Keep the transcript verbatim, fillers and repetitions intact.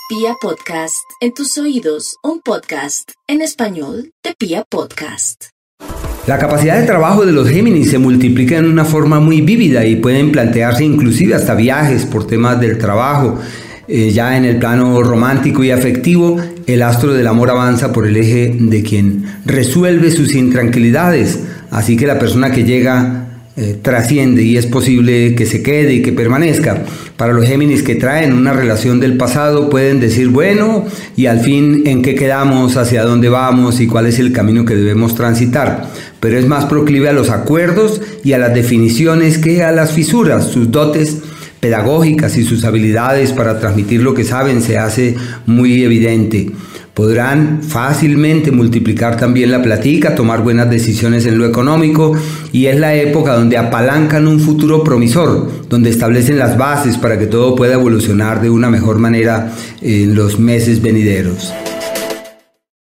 Pia Podcast, en tus oídos, un podcast en español de Pia Podcast. La capacidad de trabajo de los Géminis se multiplica en una forma muy vívida y pueden plantearse inclusive hasta viajes por temas del trabajo. Eh, ya en el plano romántico y afectivo, el astro del amor avanza por el eje de quien resuelve sus intranquilidades, así que la persona que llega eh, trasciende y es posible que se quede y que permanezca. Para los Géminis que traen una relación del pasado pueden decir, bueno, y al fin en qué quedamos, hacia dónde vamos y cuál es el camino que debemos transitar, pero es más proclive a los acuerdos y a las definiciones que a las fisuras. Sus dotes pedagógicas y sus habilidades para transmitir lo que saben se hace muy evidente. Podrán fácilmente multiplicar también la platica, tomar buenas decisiones en lo económico, y es la época donde apalancan un futuro promisor, donde establecen las bases para que todo pueda evolucionar de una mejor manera en los meses venideros.